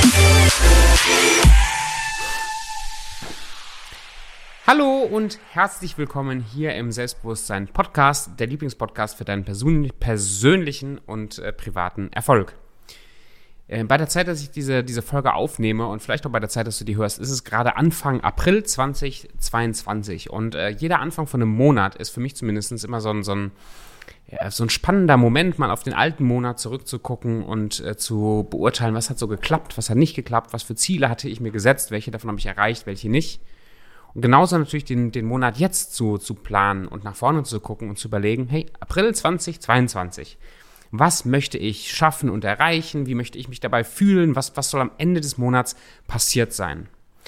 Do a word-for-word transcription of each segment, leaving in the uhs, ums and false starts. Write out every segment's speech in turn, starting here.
Hallo und herzlich willkommen hier im Selbstbewusstsein-Podcast, der Lieblingspodcast für deinen persön- persönlichen und äh, privaten Erfolg. Äh, bei der Zeit, dass ich diese, diese Folge aufnehme und vielleicht auch bei der Zeit, dass du die hörst, ist es gerade Anfang April zweitausendzweiundzwanzig und äh, jeder Anfang von einem Monat ist für mich zumindest immer so ein, so ein, ja, so ein spannender Moment, mal auf den alten Monat zurückzugucken und äh, zu beurteilen, was hat so geklappt, was hat nicht geklappt, was für Ziele hatte ich mir gesetzt, welche davon habe ich erreicht, welche nicht. Und genauso natürlich den, den Monat jetzt zu, zu planen und nach vorne zu gucken und zu überlegen, hey, April zweitausendzweiundzwanzig, was möchte ich schaffen und erreichen? Wie möchte ich mich dabei fühlen? Was, was soll am Ende des Monats passiert sein?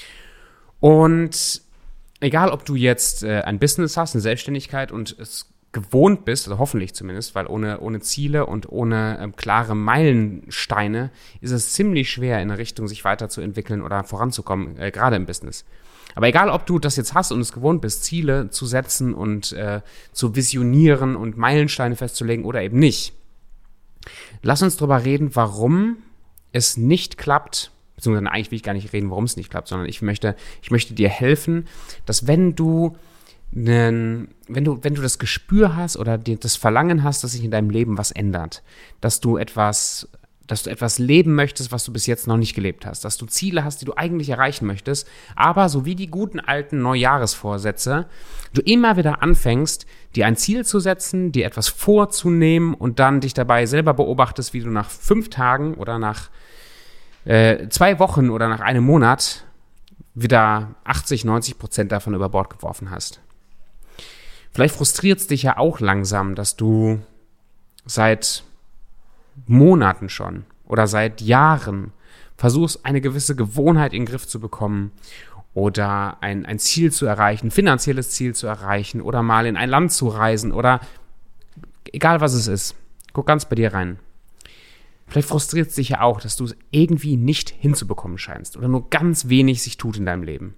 Und egal, ob du jetzt äh, ein Business hast, eine Selbstständigkeit und es gewohnt bist, also hoffentlich zumindest, weil ohne, ohne Ziele und ohne ähm, klare Meilensteine ist es ziemlich schwer, in eine Richtung sich weiterzuentwickeln oder voranzukommen, äh, gerade im Business. Aber egal, ob du das jetzt hast und es gewohnt bist, Ziele zu setzen und äh, zu visionieren und Meilensteine festzulegen oder eben nicht, lass uns drüber reden, warum es nicht klappt, beziehungsweise eigentlich will ich gar nicht reden, warum es nicht klappt, sondern ich möchte, ich möchte dir helfen, dass wenn du Wenn, wenn du, wenn du das Gespür hast oder das Verlangen hast, dass sich in deinem Leben was ändert, dass du etwas, dass du etwas leben möchtest, was du bis jetzt noch nicht gelebt hast, dass du Ziele hast, die du eigentlich erreichen möchtest, aber so wie die guten alten Neujahresvorsätze, du immer wieder anfängst, dir ein Ziel zu setzen, dir etwas vorzunehmen und dann dich dabei selber beobachtest, wie du nach fünf Tagen oder nach äh, zwei Wochen oder nach einem Monat wieder achtzig, neunzig Prozent davon über Bord geworfen hast. Vielleicht frustriert es dich ja auch langsam, dass du seit Monaten schon oder seit Jahren versuchst, eine gewisse Gewohnheit in den Griff zu bekommen oder ein, ein Ziel zu erreichen, ein finanzielles Ziel zu erreichen oder mal in ein Land zu reisen oder egal was es ist. Guck ganz bei dir rein. Vielleicht frustriert es dich ja auch, dass du es irgendwie nicht hinzubekommen scheinst oder nur ganz wenig sich tut in deinem Leben.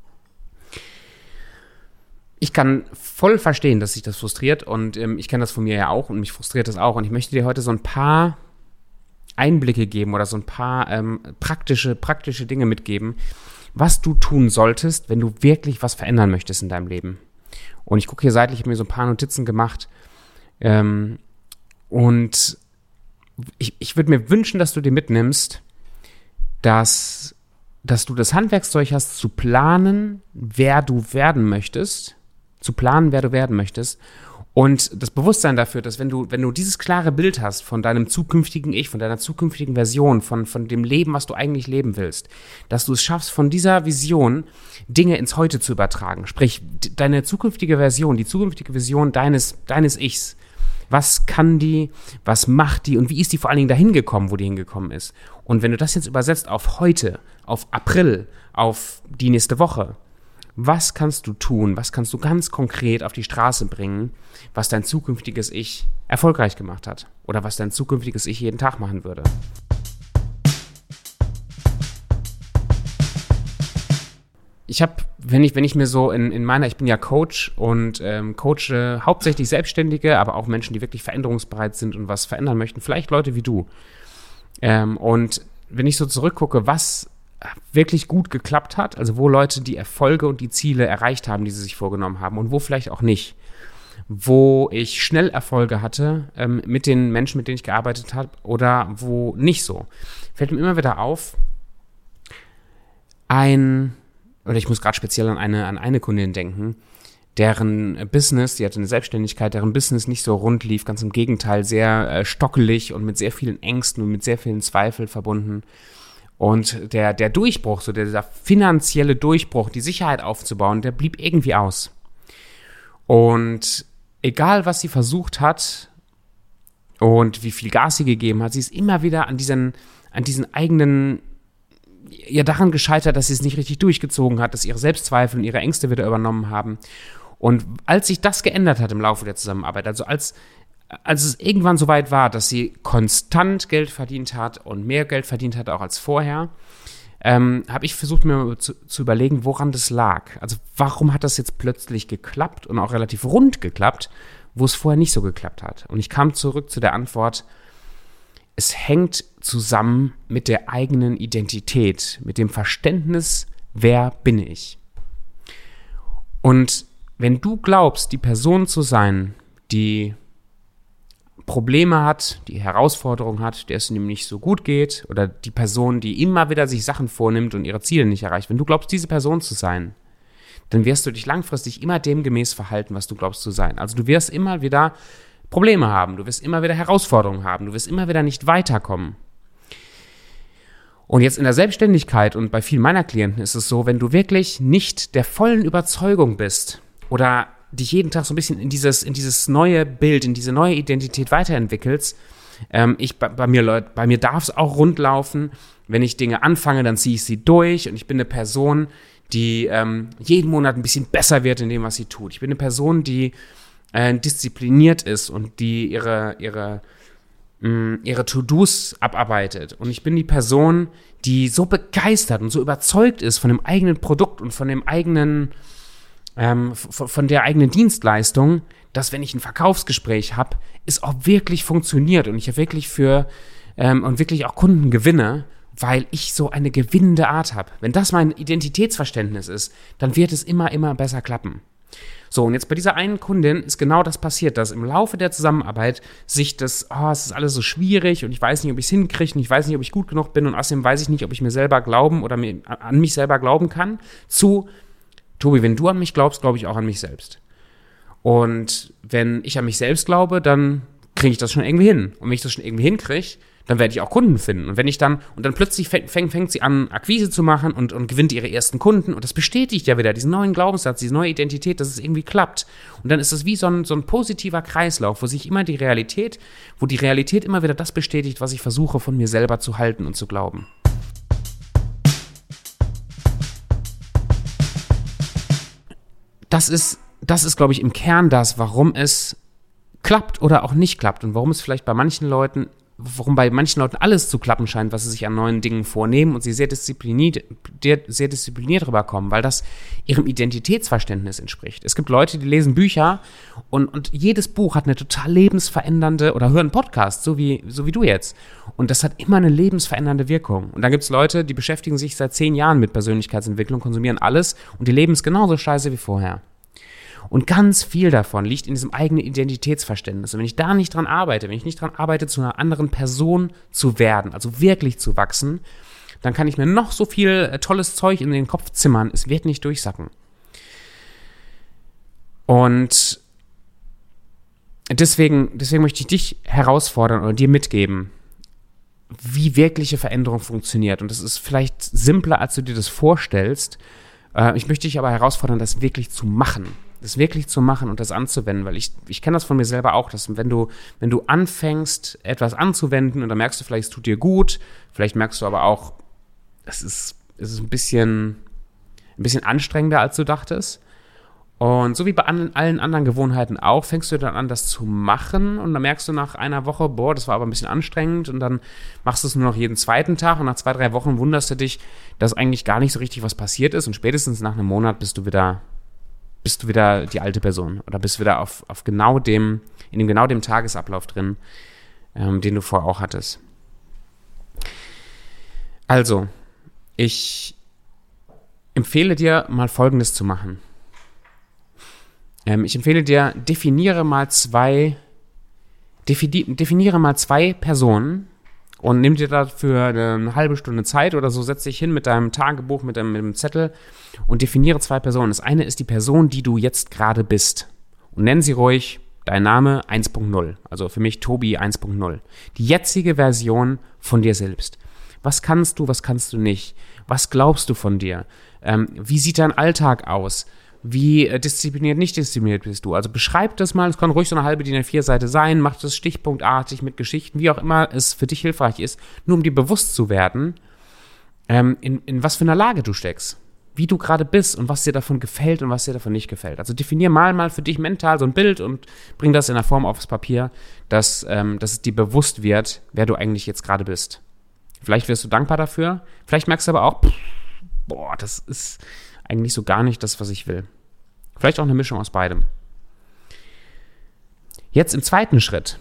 Ich kann voll verstehen, dass sich das frustriert und ähm, ich kenne das von mir ja auch und mich frustriert das auch und ich möchte dir heute so ein paar Einblicke geben oder so ein paar ähm, praktische, praktische Dinge mitgeben, was du tun solltest, wenn du wirklich was verändern möchtest in deinem Leben. Und ich gucke hier seitlich, ich habe mir so ein paar Notizen gemacht ähm, und ich, ich würde mir wünschen, dass du dir mitnimmst, dass, dass du das Handwerkszeug hast, zu planen, wer du werden möchtest, zu planen, wer du werden möchtest und das Bewusstsein dafür, dass wenn du, wenn du dieses klare Bild hast von deinem zukünftigen Ich, von deiner zukünftigen Version, von, von dem Leben, was du eigentlich leben willst, dass du es schaffst, von dieser Vision Dinge ins Heute zu übertragen. Sprich, deine zukünftige Version, die zukünftige Vision deines, deines Ichs, was kann die, was macht die und wie ist die vor allen Dingen dahin gekommen, wo die hingekommen ist. Und wenn du das jetzt übersetzt auf heute, auf April, auf die nächste Woche, was kannst du tun, was kannst du ganz konkret auf die Straße bringen, was dein zukünftiges Ich erfolgreich gemacht hat oder was dein zukünftiges Ich jeden Tag machen würde. Ich habe, wenn ich, wenn ich mir so in, in meiner, ich bin ja Coach und ähm, coache hauptsächlich Selbstständige, aber auch Menschen, die wirklich veränderungsbereit sind und was verändern möchten, vielleicht Leute wie du. Ähm, und wenn ich so zurückgucke, was wirklich gut geklappt hat, also wo Leute die Erfolge und die Ziele erreicht haben, die sie sich vorgenommen haben und wo vielleicht auch nicht, wo ich schnell Erfolge hatte ähm, mit den Menschen, mit denen ich gearbeitet habe oder wo nicht so, fällt mir immer wieder auf, ein oder ich muss gerade speziell an eine, an eine Kundin denken, deren Business, die hatte eine Selbstständigkeit, deren Business nicht so rund lief, ganz im Gegenteil, sehr äh, stockelig und mit sehr vielen Ängsten und mit sehr vielen Zweifeln verbunden. Und der, der Durchbruch, so dieser finanzielle Durchbruch, die Sicherheit aufzubauen, der blieb irgendwie aus. Und egal, was sie versucht hat und wie viel Gas sie gegeben hat, sie ist immer wieder an diesen, an diesen eigenen, ja daran gescheitert, dass sie es nicht richtig durchgezogen hat, dass ihre Selbstzweifel und ihre Ängste wieder übernommen haben. Und als sich das geändert hat im Laufe der Zusammenarbeit, also als, als es irgendwann so weit war, dass sie konstant Geld verdient hat und mehr Geld verdient hat auch als vorher, ähm, habe ich versucht, mir zu, zu überlegen, woran das lag. Also warum hat das jetzt plötzlich geklappt und auch relativ rund geklappt, wo es vorher nicht so geklappt hat. Und ich kam zurück zu der Antwort, es hängt zusammen mit der eigenen Identität, mit dem Verständnis, wer bin ich? Und wenn du glaubst, die Person zu sein, die Probleme hat, die Herausforderungen hat, der es ihm nicht so gut geht, oder die Person, die immer wieder sich Sachen vornimmt und ihre Ziele nicht erreicht, wenn du glaubst, diese Person zu sein, dann wirst du dich langfristig immer dem gemäß verhalten, was du glaubst zu sein. Also du wirst immer wieder Probleme haben, du wirst immer wieder Herausforderungen haben, du wirst immer wieder nicht weiterkommen. Und jetzt in der Selbstständigkeit und bei vielen meiner Klienten ist es so, wenn du wirklich nicht der vollen Überzeugung bist oder dich jeden Tag so ein bisschen in dieses, in dieses neue Bild, in diese neue Identität weiterentwickelst, ähm, ich, bei, bei mir, Leute, bei mir darf es auch rund laufen, wenn ich Dinge anfange, dann ziehe ich sie durch und ich bin eine Person, die ähm, jeden Monat ein bisschen besser wird in dem, was sie tut. Ich bin eine Person, die äh, diszipliniert ist und die ihre, ihre, mh, ihre To-Dos abarbeitet. Und ich bin die Person, die so begeistert und so überzeugt ist von dem eigenen Produkt und von dem eigenen, ähm, von, von der eigenen Dienstleistung, dass wenn ich ein Verkaufsgespräch habe, es auch wirklich funktioniert und ich ja wirklich für ähm, und wirklich auch Kunden gewinne, weil ich so eine gewinnende Art habe. Wenn das mein Identitätsverständnis ist, dann wird es immer, immer besser klappen. So, und jetzt bei dieser einen Kundin ist genau das passiert, dass im Laufe der Zusammenarbeit sich das, oh, es ist alles so schwierig und ich weiß nicht, ob ich es hinkriege und ich weiß nicht, ob ich gut genug bin und außerdem weiß ich nicht, ob ich mir selber glauben oder mir, an mich selber glauben kann, zu, Tobi, wenn du an mich glaubst, glaube ich auch an mich selbst. Und wenn ich an mich selbst glaube, dann kriege ich das schon irgendwie hin. Und wenn ich das schon irgendwie hinkriege, dann werde ich auch Kunden finden. Und wenn ich dann, und dann plötzlich fängt, fängt, fängt sie an, Akquise zu machen und, und gewinnt ihre ersten Kunden. Und das bestätigt ja wieder diesen neuen Glaubenssatz, diese neue Identität, dass es irgendwie klappt. Und dann ist es wie so ein, so ein positiver Kreislauf, wo sich immer die Realität, wo die Realität immer wieder das bestätigt, was ich versuche von mir selber zu halten und zu glauben. Das ist, das ist, glaube ich, im Kern das, warum es klappt oder auch nicht klappt und warum es vielleicht bei manchen Leuten warum bei manchen Leuten alles zu klappen scheint, was sie sich an neuen Dingen vornehmen und sie sehr diszipliniert, sehr diszipliniert rüberkommen, weil das ihrem Identitätsverständnis entspricht. Es gibt Leute, die lesen Bücher und, und jedes Buch hat eine total lebensverändernde, oder hören Podcast, so wie, so wie du jetzt. Und das hat immer eine lebensverändernde Wirkung. Und dann gibt es Leute, die beschäftigen sich seit zehn Jahren mit Persönlichkeitsentwicklung, konsumieren alles und die leben es genauso scheiße wie vorher. Und ganz viel davon liegt in diesem eigenen Identitätsverständnis. Und wenn ich da nicht dran arbeite, wenn ich nicht dran arbeite, zu einer anderen Person zu werden, also wirklich zu wachsen, dann kann ich mir noch so viel äh, tolles Zeug in den Kopf zimmern, es wird nicht durchsacken. Und deswegen, deswegen möchte ich dich herausfordern oder dir mitgeben, wie wirkliche Veränderung funktioniert. Und das ist vielleicht simpler, als du dir das vorstellst. Äh, ich möchte dich aber herausfordern, das wirklich zu machen. Das wirklich zu machen und das anzuwenden, weil ich, ich kenne das von mir selber auch, dass wenn du, wenn du anfängst, etwas anzuwenden und dann merkst du vielleicht, es tut dir gut, vielleicht merkst du aber auch, es ist, es ist ein bisschen, ein bisschen anstrengender, als du dachtest. Und so wie bei an, allen anderen Gewohnheiten auch, fängst du dann an, das zu machen und dann merkst du nach einer Woche, boah, das war aber ein bisschen anstrengend und dann machst du es nur noch jeden zweiten Tag und nach zwei, drei Wochen wunderst du dich, dass eigentlich gar nicht so richtig was passiert ist und spätestens nach einem Monat bist du wieder bist du wieder die alte Person oder bist wieder auf, auf genau dem, in dem genau dem Tagesablauf drin, ähm, den du vorher auch hattest. Also, ich empfehle dir mal Folgendes zu machen. Ähm, ich empfehle dir, definiere mal zwei, defini- definiere mal zwei Personen und nimm dir dafür eine halbe Stunde Zeit oder so, setz dich hin mit deinem Tagebuch, mit deinem, mit dem Zettel und definiere zwei Personen. Das eine ist die Person, die du jetzt gerade bist. Und nenn sie ruhig dein Name eins Punkt null. Also für mich Tobi eins Punkt null. Die jetzige Version von dir selbst. Was kannst du, was kannst du nicht? Was glaubst du von dir? Ähm, wie sieht dein Alltag aus? Wie äh, diszipliniert, nicht diszipliniert bist du? Also beschreib das mal, es kann ruhig so eine halbe D I N A vier Seite sein, mach das stichpunktartig mit Geschichten, wie auch immer es für dich hilfreich ist, nur um dir bewusst zu werden, ähm, in, in was für einer Lage du steckst, wie du gerade bist und was dir davon gefällt und was dir davon nicht gefällt. Also definier mal mal für dich mental so ein Bild und bring das in der Form aufs Papier, dass, ähm, dass es dir bewusst wird, wer du eigentlich jetzt gerade bist. Vielleicht wirst du dankbar dafür, vielleicht merkst du aber auch, pff, boah, das ist eigentlich so gar nicht das, was ich will. Vielleicht auch eine Mischung aus beidem. Jetzt im zweiten Schritt,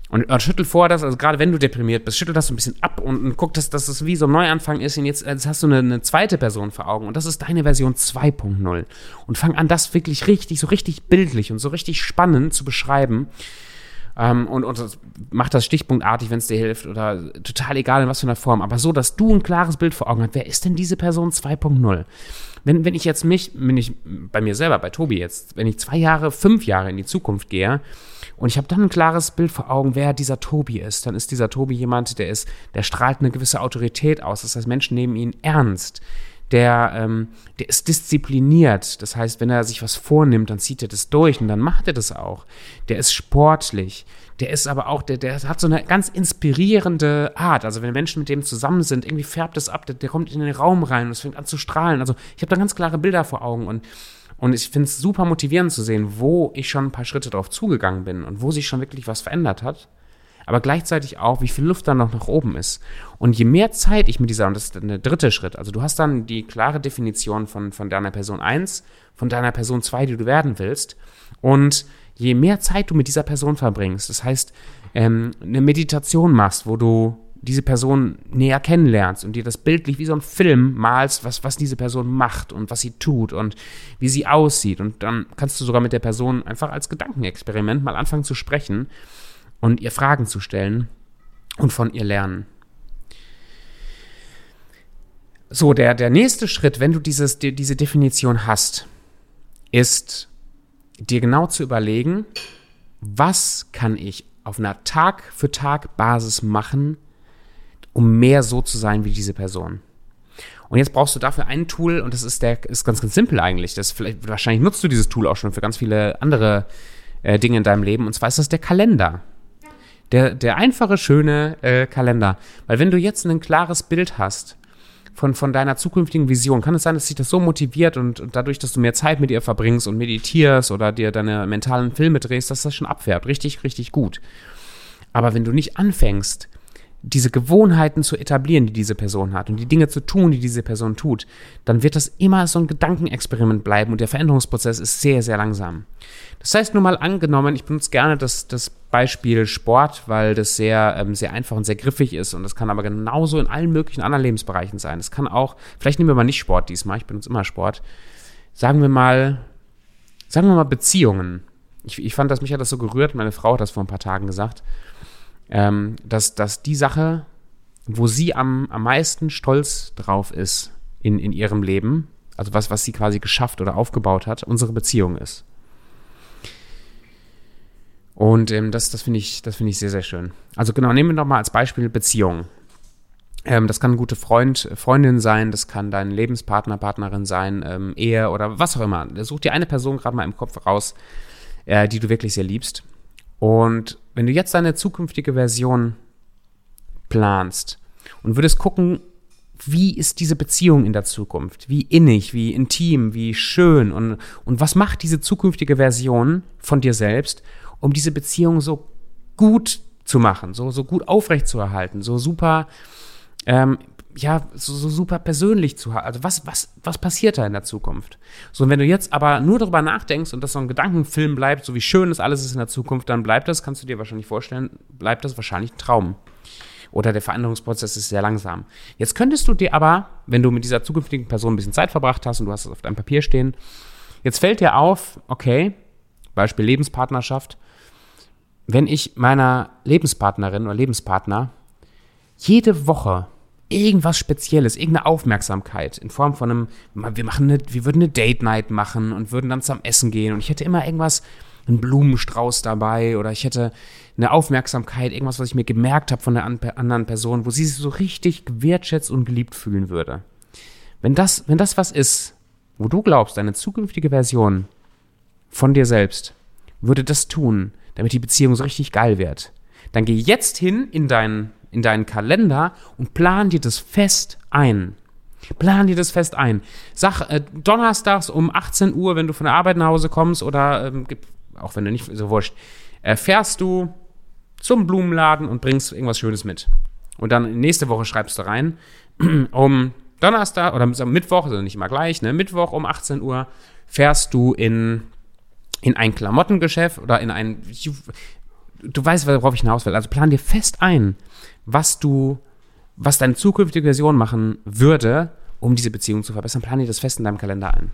Und, und schüttel vor das, also gerade wenn du deprimiert bist, schüttel das so ein bisschen ab und, und guck, dass, dass es wie so ein Neuanfang ist und jetzt, jetzt hast du eine, eine zweite Person vor Augen und das ist deine Version zwei Punkt null. Und fang an, das wirklich richtig, so richtig bildlich und so richtig spannend zu beschreiben. Ähm, und, und das, mach das stichpunktartig, wenn es dir hilft oder total egal in was für einer Form, aber so, dass du ein klares Bild vor Augen hast. Wer ist denn diese Person zwei Punkt null? Wenn, wenn ich jetzt mich, wenn ich bei mir selber, bei Tobi jetzt, wenn ich zwei Jahre, fünf Jahre in die Zukunft gehe und ich habe dann ein klares Bild vor Augen, wer dieser Tobi ist, dann ist dieser Tobi jemand, der ist, der strahlt eine gewisse Autorität aus. Das heißt, Menschen nehmen ihn ernst. Der, ähm, der ist diszipliniert. Das heißt, wenn er sich was vornimmt, dann zieht er das durch und dann macht er das auch. Der ist sportlich. Der ist aber auch, der, der hat so eine ganz inspirierende Art. Also wenn Menschen mit dem zusammen sind, irgendwie färbt es ab, der, der kommt in den Raum rein und es fängt an zu strahlen. Also ich habe da ganz klare Bilder vor Augen und, und ich finde es super motivierend zu sehen, wo ich schon ein paar Schritte drauf zugegangen bin und wo sich schon wirklich was verändert hat. Aber gleichzeitig auch, wie viel Luft da noch nach oben ist. Und je mehr Zeit ich mit dieser, und das ist der dritte Schritt, also du hast dann die klare Definition von, von deiner Person eins, von deiner Person zwei, die du werden willst. Und je mehr Zeit du mit dieser Person verbringst, das heißt, ähm, eine Meditation machst, wo du diese Person näher kennenlernst und dir das bildlich wie so ein Film malst, was, was diese Person macht und was sie tut und wie sie aussieht. Und dann kannst du sogar mit der Person einfach als Gedankenexperiment mal anfangen zu sprechen und ihr Fragen zu stellen und von ihr lernen. So, der, der nächste Schritt, wenn du dieses, die, diese Definition hast, ist, dir genau zu überlegen, was kann ich auf einer Tag-für-Tag-Basis machen, um mehr so zu sein wie diese Person. Und jetzt brauchst du dafür ein Tool, und das ist, der, ist ganz, ganz simpel eigentlich. Das vielleicht, wahrscheinlich nutzt du dieses Tool auch schon für ganz viele andere äh, Dinge in deinem Leben, und zwar ist das der Kalender. Der, der einfache, schöne äh, Kalender. Weil wenn du jetzt ein klares Bild hast von, von deiner zukünftigen Vision, kann es sein, dass dich das so motiviert und, und dadurch, dass du mehr Zeit mit ihr verbringst und meditierst oder dir deine mentalen Filme drehst, dass das schon abfärbt. Richtig, richtig gut. Aber wenn du nicht anfängst, diese Gewohnheiten zu etablieren, die diese Person hat und die Dinge zu tun, die diese Person tut, dann wird das immer so ein Gedankenexperiment bleiben und der Veränderungsprozess ist sehr, sehr langsam. Das heißt, nur mal angenommen, ich benutze gerne das, das Beispiel Sport, weil das sehr, ähm, sehr einfach und sehr griffig ist und das kann aber genauso in allen möglichen anderen Lebensbereichen sein. Es kann auch, vielleicht nehmen wir mal nicht Sport diesmal, ich benutze immer Sport, sagen wir mal, sagen wir mal Beziehungen. Ich, ich fand das, mich hat das so gerührt, meine Frau hat das vor ein paar Tagen gesagt, Ähm, dass, dass die Sache, wo sie am, am meisten stolz drauf ist in, in ihrem Leben, also was, was sie quasi geschafft oder aufgebaut hat, unsere Beziehung ist. Und ähm, das, das finde ich, das finde ich sehr, sehr schön. Also genau, nehmen wir nochmal als Beispiel Beziehung. Ähm, das kann eine gute Freund, Freundin sein, das kann dein Lebenspartner, Partnerin sein, ähm, Ehe oder was auch immer. Such dir eine Person gerade mal im Kopf raus, äh, die du wirklich sehr liebst. Und wenn du jetzt deine zukünftige Version planst und würdest gucken, wie ist diese Beziehung in der Zukunft, wie innig, wie intim, wie schön und, und was macht diese zukünftige Version von dir selbst, um diese Beziehung so gut zu machen, so, so gut aufrechtzuerhalten, so super, ähm, ja, so, so super persönlich zu haben. Also was, was, was passiert da in der Zukunft? So, und wenn du jetzt aber nur darüber nachdenkst und das so ein Gedankenfilm bleibt, so wie schön das alles ist in der Zukunft, dann bleibt das, kannst du dir wahrscheinlich vorstellen, bleibt das wahrscheinlich ein Traum. Oder der Veränderungsprozess ist sehr langsam. Jetzt könntest du dir aber, wenn du mit dieser zukünftigen Person ein bisschen Zeit verbracht hast und du hast es auf deinem Papier stehen, jetzt fällt dir auf, okay, Beispiel Lebenspartnerschaft, wenn ich meiner Lebenspartnerin oder Lebenspartner jede Woche irgendwas Spezielles, irgendeine Aufmerksamkeit in Form von einem, wir machen eine, wir würden eine Date Night machen und würden dann zusammen essen gehen und ich hätte immer irgendwas, einen Blumenstrauß dabei oder ich hätte eine Aufmerksamkeit, irgendwas, was ich mir gemerkt habe von der anderen Person, wo sie sich so richtig gewertschätzt und geliebt fühlen würde. Wenn das, wenn das was ist, wo du glaubst, deine zukünftige Version von dir selbst würde das tun, damit die Beziehung so richtig geil wird, dann geh jetzt hin in deinen in deinen Kalender und plan dir das fest ein. Plan dir das fest ein. Sag, äh, donnerstags um achtzehn Uhr, wenn du von der Arbeit nach Hause kommst oder, ähm, auch wenn du nicht so wurscht, äh, fährst du zum Blumenladen und bringst irgendwas Schönes mit. Und dann nächste Woche schreibst du rein, um Donnerstag oder Mittwoch, also nicht immer gleich, ne, Mittwoch um achtzehn Uhr fährst du in, in ein Klamottengeschäft oder in ein... du weißt, worauf ich hinaus will. Also plan dir fest ein, was du, was deine zukünftige Version machen würde, um diese Beziehung zu verbessern. Plan dir das fest in deinem Kalender ein.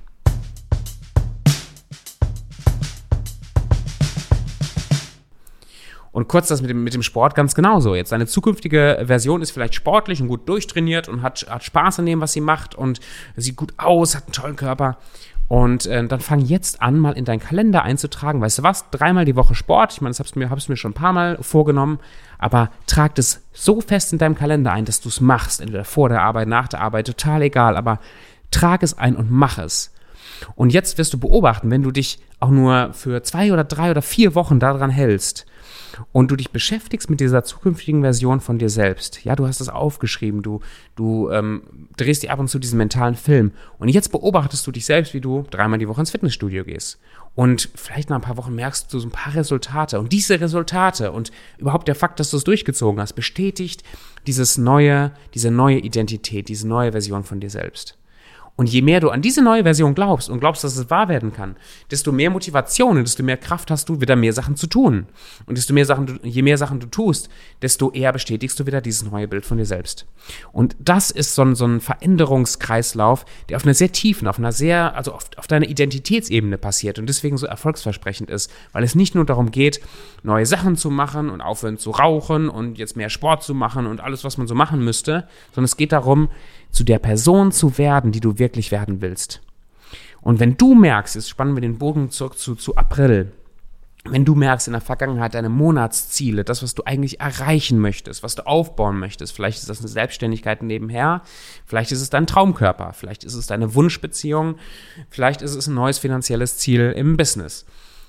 Und kurz das mit dem, mit dem Sport ganz genauso. Jetzt deine zukünftige Version ist vielleicht sportlich und gut durchtrainiert und hat, hat Spaß an dem, was sie macht und sieht gut aus, hat einen tollen Körper. Und äh, dann fang jetzt an, mal in deinen Kalender einzutragen. Weißt du was? Dreimal die Woche Sport. Ich meine, das hab's mir, hab's mir schon ein paar Mal vorgenommen. Aber trag das so fest in deinem Kalender ein, dass du es machst. Entweder vor der Arbeit, nach der Arbeit, total egal. Aber trag es ein und mach es. Und jetzt wirst du beobachten, wenn du dich auch nur für zwei oder drei oder vier Wochen daran hältst, und du dich beschäftigst mit dieser zukünftigen Version von dir selbst. Ja, du hast es aufgeschrieben, du, du ähm, drehst dir ab und zu diesen mentalen Film. Und jetzt beobachtest du dich selbst, wie du dreimal die Woche ins Fitnessstudio gehst. Und vielleicht nach ein paar Wochen merkst du so ein paar Resultate. Und diese Resultate und überhaupt der Fakt, dass du es durchgezogen hast, bestätigt dieses neue, diese neue Identität, diese neue Version von dir selbst. Und je mehr du an diese neue Version glaubst und glaubst, dass es wahr werden kann, desto mehr Motivation und desto mehr Kraft hast du, wieder mehr Sachen zu tun. Und desto mehr Sachen, je mehr Sachen du tust, desto eher bestätigst du wieder dieses neue Bild von dir selbst. Und das ist so ein, so ein Veränderungskreislauf, der auf einer sehr tiefen, auf einer sehr, also auf, auf deiner Identitätsebene passiert und deswegen so erfolgsversprechend ist, weil es nicht nur darum geht, neue Sachen zu machen und aufhören zu rauchen und jetzt mehr Sport zu machen und alles, was man so machen müsste, sondern es geht darum, zu der Person zu werden, die du wirklich werden willst. Und wenn du merkst, jetzt spannen wir den Bogen zurück zu, zu April, wenn du merkst in der Vergangenheit deine Monatsziele, das, was du eigentlich erreichen möchtest, was du aufbauen möchtest, vielleicht ist das eine Selbstständigkeit nebenher, vielleicht ist es dein Traumkörper, vielleicht ist es deine Wunschbeziehung, vielleicht ist es ein neues finanzielles Ziel im Business.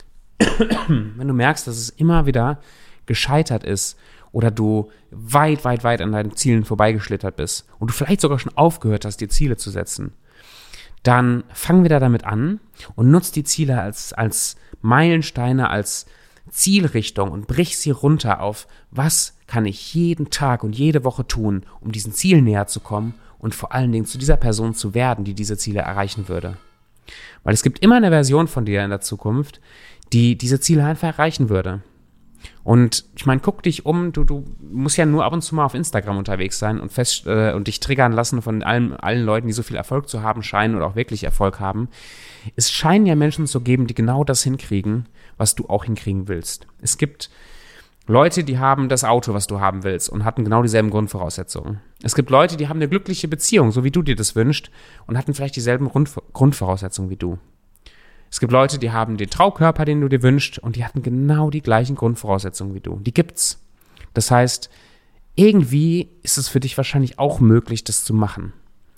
Wenn du merkst, dass es immer wieder gescheitert ist, oder du weit, weit, weit an deinen Zielen vorbeigeschlittert bist und du vielleicht sogar schon aufgehört hast, dir Ziele zu setzen, dann fang wieder damit an und nutz die Ziele als, als Meilensteine, als Zielrichtung und brich sie runter auf, was kann ich jeden Tag und jede Woche tun, um diesen Zielen näher zu kommen und vor allen Dingen zu dieser Person zu werden, die diese Ziele erreichen würde. Weil es gibt immer eine Version von dir in der Zukunft, die diese Ziele einfach erreichen würde. Und ich meine, guck dich um, du, du musst ja nur ab und zu mal auf Instagram unterwegs sein und fest äh, und dich triggern lassen von allen, allen Leuten, die so viel Erfolg zu haben scheinen oder auch wirklich Erfolg haben. Es scheinen ja Menschen zu geben, die genau das hinkriegen, was du auch hinkriegen willst. Es gibt Leute, die haben das Auto, was du haben willst und hatten genau dieselben Grundvoraussetzungen. Es gibt Leute, die haben eine glückliche Beziehung, so wie du dir das wünschst und hatten vielleicht dieselben Grund, Grundvoraussetzungen wie du. Es gibt Leute, die haben den Traumkörper, den du dir wünschst und die hatten genau die gleichen Grundvoraussetzungen wie du. Die gibt's. Das heißt, irgendwie ist es für dich wahrscheinlich auch möglich, das zu machen.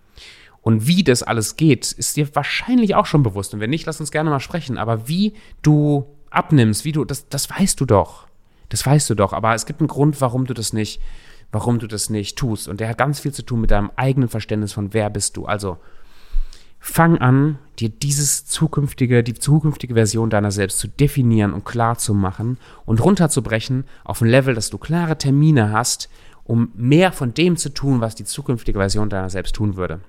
Und wie das alles geht, ist dir wahrscheinlich auch schon bewusst. Und wenn nicht, lass uns gerne mal sprechen. Aber wie du abnimmst, wie du, das, das weißt du doch. Das weißt du doch. Aber es gibt einen Grund, warum du das nicht, warum du das nicht tust. Und der hat ganz viel zu tun mit deinem eigenen Verständnis von wer bist du. Also, fang an, dir dieses zukünftige, die zukünftige Version deiner selbst zu definieren und klar zu machen und runterzubrechen auf ein Level, dass du klare Termine hast, um mehr von dem zu tun, was die zukünftige Version deiner selbst tun würde.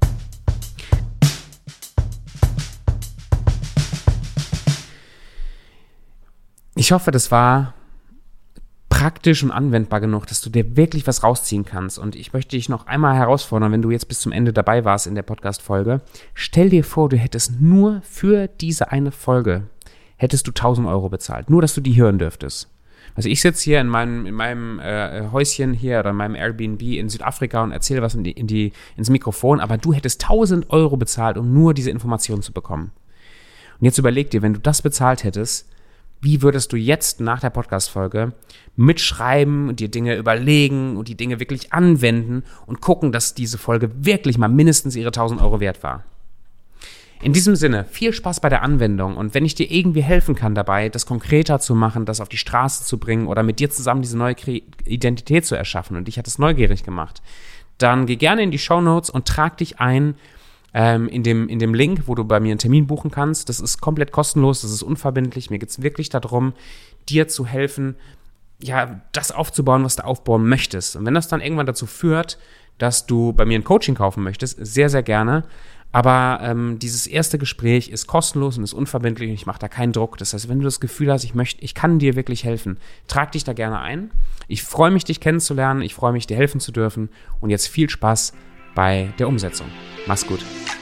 Ich hoffe, das war praktisch und anwendbar genug, dass du dir wirklich was rausziehen kannst. Und ich möchte dich noch einmal herausfordern, wenn du jetzt bis zum Ende dabei warst in der Podcast-Folge, stell dir vor, du hättest nur für diese eine Folge, hättest du tausend Euro bezahlt. Nur, dass du die hören dürftest. Also ich sitze hier in meinem, in meinem äh, Häuschen hier oder in meinem Airbnb in Südafrika und erzähle was in die, in die, ins Mikrofon, aber du hättest tausend Euro bezahlt, um nur diese Informationen zu bekommen. Und jetzt überleg dir, wenn du das bezahlt hättest, wie würdest du jetzt nach der Podcast-Folge mitschreiben und dir Dinge überlegen und die Dinge wirklich anwenden und gucken, dass diese Folge wirklich mal mindestens ihre tausend Euro wert war? In diesem Sinne, viel Spaß bei der Anwendung und wenn ich dir irgendwie helfen kann dabei, das konkreter zu machen, das auf die Straße zu bringen oder mit dir zusammen diese neue Identität zu erschaffen und dich hat es neugierig gemacht, dann geh gerne in die Shownotes und trag dich ein ähm, in dem, in dem Link, wo du bei mir einen Termin buchen kannst. Das ist komplett kostenlos, das ist unverbindlich. Mir geht es wirklich darum, dir zu helfen, ja, das aufzubauen, was du aufbauen möchtest. Und wenn das dann irgendwann dazu führt, dass du bei mir ein Coaching kaufen möchtest, sehr, sehr gerne, Aber ähm, dieses erste Gespräch ist kostenlos und ist unverbindlich und ich mache da keinen Druck. Das heißt, wenn du das Gefühl hast, ich möchte, ich kann dir wirklich helfen, trag dich da gerne ein. Ich freue mich, dich kennenzulernen. Ich freue mich, dir helfen zu dürfen. Und jetzt viel Spaß bei der Umsetzung. Mach's gut.